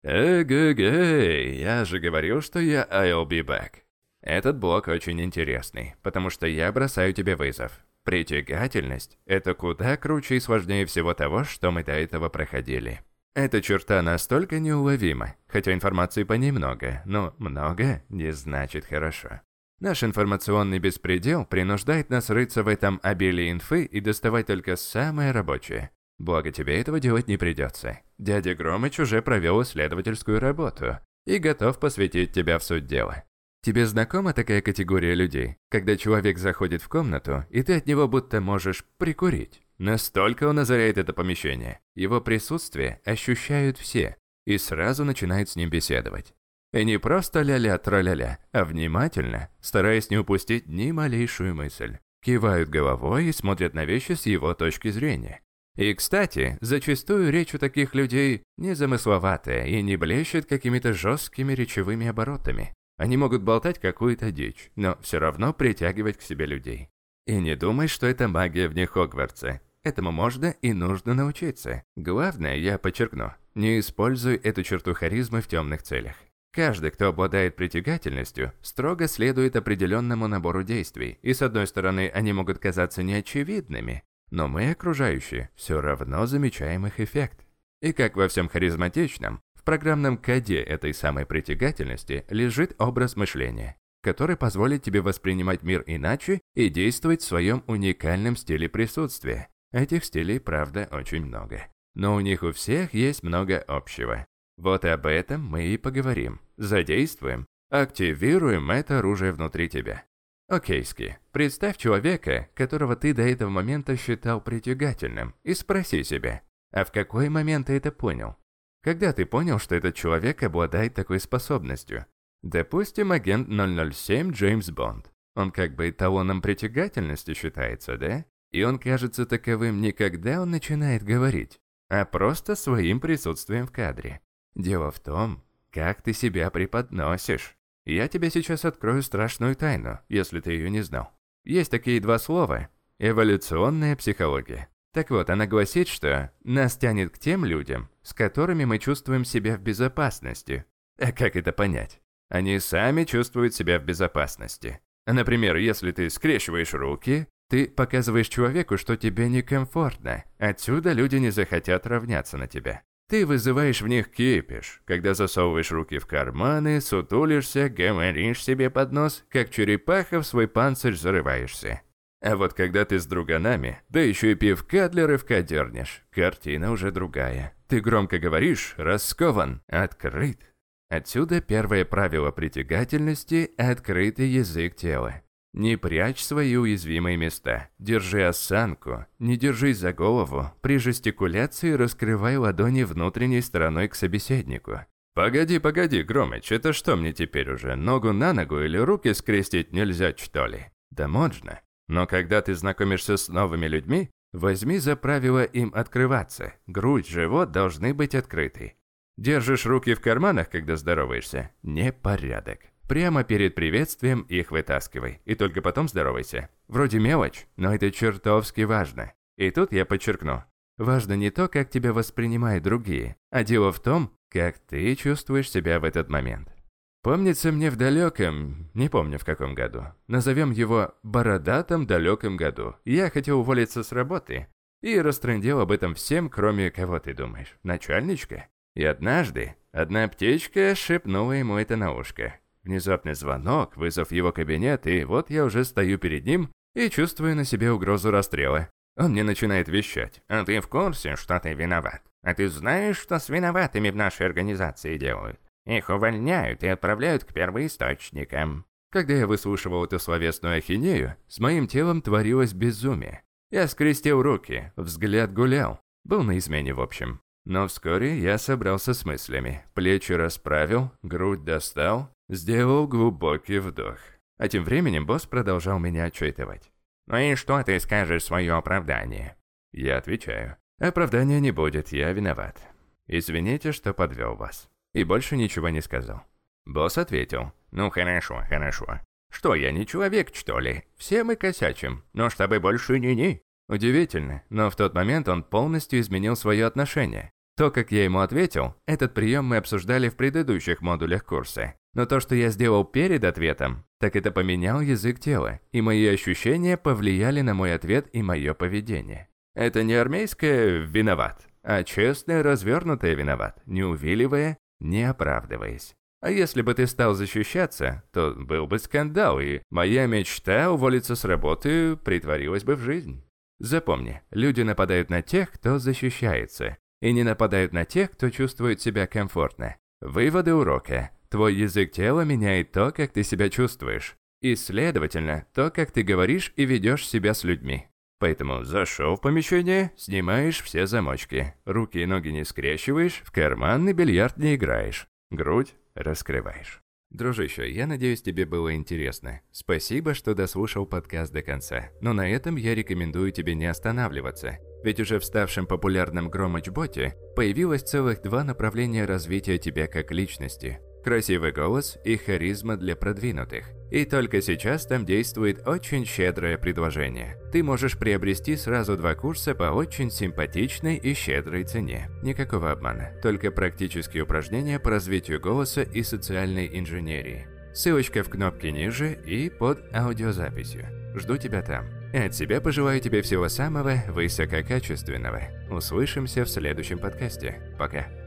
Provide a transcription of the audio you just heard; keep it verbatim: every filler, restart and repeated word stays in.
Эгэгэй, я же говорил, что я I'll be back. Этот блок очень интересный, потому что я бросаю тебе вызов. Притягательность – это куда круче и сложнее всего того, что мы до этого проходили. Эта черта настолько неуловима, хотя информации по ней много, но много не значит хорошо. Наш информационный беспредел принуждает нас рыться в этом обилии инфы и доставать только самое рабочее. Благо тебе этого делать не придется. Дядя Громыч уже провел исследовательскую работу и готов посвятить тебя в суть дела. Тебе знакома такая категория людей, когда человек заходит в комнату, и ты от него будто можешь прикурить? Настолько он озаряет это помещение. Его присутствие ощущают все и сразу начинают с ним беседовать. И не просто ля-ля тра-ля-ля, а внимательно, стараясь не упустить ни малейшую мысль. Кивают головой и смотрят на вещи с его точки зрения. И, кстати, зачастую речь у таких людей незамысловатая и не блещет какими-то жесткими речевыми оборотами. Они могут болтать какую-то дичь, но все равно притягивать к себе людей. И не думай, что это магия вне Хогвартса. Этому можно и нужно научиться. Главное, я подчеркну, не используй эту черту харизмы в темных целях. Каждый, кто обладает притягательностью, строго следует определенному набору действий, и с одной стороны они могут казаться неочевидными, но мы, окружающие, все равно замечаем их эффект. И как во всем харизматичном, в программном коде этой самой притягательности лежит образ мышления, который позволит тебе воспринимать мир иначе и действовать в своем уникальном стиле присутствия. Этих стилей, правда, очень много. Но у них у всех есть много общего. Вот об этом мы и поговорим. Задействуем, активируем это оружие внутри тебя. Окей, Ски, представь человека, которого ты до этого момента считал притягательным, и спроси себя, а в какой момент ты это понял? Когда ты понял, что этот человек обладает такой способностью? Допустим, агент ноль ноль семь Джеймс Бонд. Он как бы эталоном притягательности считается, да? И он кажется таковым не когда он начинает говорить, а просто своим присутствием в кадре. Дело в том, как ты себя преподносишь. Я тебе сейчас открою страшную тайну, если ты ее не знал. Есть такие два слова – эволюционная психология. Так вот, она гласит, что нас тянет к тем людям, с которыми мы чувствуем себя в безопасности. А как это понять? Они сами чувствуют себя в безопасности. Например, если ты скрещиваешь руки, ты показываешь человеку, что тебе некомфортно. Отсюда люди не захотят равняться на тебя. Ты вызываешь в них кипиш, когда засовываешь руки в карманы, сутулишься, говоришь себе под нос, как черепаха в свой панцирь зарываешься. А вот когда ты с друганами, да еще и пивка для рывка дернешь, картина уже другая. Ты громко говоришь, раскован, открыт. Отсюда первое правило притягательности – открытый язык тела. Не прячь свои уязвимые места, держи осанку, не держись за голову, при жестикуляции раскрывай ладони внутренней стороной к собеседнику. «Погоди, погоди, Громыч, это что мне теперь уже, ногу на ногу или руки скрестить нельзя, что ли?» Да можно. Но когда ты знакомишься с новыми людьми, возьми за правило им открываться, грудь, живот должны быть открыты. Держишь руки в карманах, когда здороваешься – непорядок. Прямо перед приветствием их вытаскивай, и только потом здоровайся. Вроде мелочь, но это чертовски важно. И тут я подчеркну. Важно не то, как тебя воспринимают другие, а дело в том, как ты чувствуешь себя в этот момент. Помнится мне в далеком, не помню в каком году, назовем его бородатом далеком году, я хотел уволиться с работы и растрындел об этом всем, кроме кого ты думаешь, начальничка. И однажды одна птичка шепнула ему это на ушко. Внезапный звонок, вызов в его кабинет, и вот я уже стою перед ним и чувствую на себе угрозу расстрела. Он мне начинает вещать. «А ты в курсе, что ты виноват? А ты знаешь, что с виноватыми в нашей организации делают? Их увольняют и отправляют к первоисточникам». Когда я выслушивал эту словесную ахинею, с моим телом творилось безумие. Я скрестил руки, взгляд гулял. Был на измене в общем. Но вскоре я собрался с мыслями. Плечи расправил, грудь достал, сделал глубокий вдох. А тем временем босс продолжал меня отчитывать. «Ну и что ты скажешь в свое оправдание?» Я отвечаю. «Оправдания не будет, я виноват. Извините, что подвел вас». И больше ничего не сказал. Босс ответил. «Ну хорошо, хорошо. Что, я не человек, что ли? Все мы косячим, но чтобы больше ни-ни». Удивительно, но в тот момент он полностью изменил свое отношение. То, как я ему ответил, этот прием мы обсуждали в предыдущих модулях курса. Но то, что я сделал перед ответом, так это поменял язык тела, и мои ощущения повлияли на мой ответ и мое поведение. Это не армейское «виноват», а честное развернутое «виноват», не увиливая, не оправдываясь. А если бы ты стал защищаться, то был бы скандал, и моя мечта уволиться с работы притворилась бы в жизнь. Запомни, люди нападают на тех, кто защищается, и не нападают на тех, кто чувствует себя комфортно. Выводы урока. Твой язык тела меняет то, как ты себя чувствуешь, и, следовательно, то, как ты говоришь и ведешь себя с людьми. Поэтому зашел в помещение, снимаешь все замочки, руки и ноги не скрещиваешь, в карманный бильярд не играешь, грудь раскрываешь. Дружище, я надеюсь, тебе было интересно. Спасибо, что дослушал подкаст до конца. Но на этом я рекомендую тебе не останавливаться. Ведь уже в ставшем популярном Громыч-боте появилось целых два направления развития тебя как личности. Красивый голос и харизма для продвинутых. И только сейчас там действует очень щедрое предложение. Ты можешь приобрести сразу два курса по очень симпатичной и щедрой цене. Никакого обмана, только практические упражнения по развитию голоса и социальной инженерии. Ссылочка в кнопке ниже и под аудиозаписью. Жду тебя там. И от себя пожелаю тебе всего самого высококачественного. Услышимся в следующем подкасте. Пока.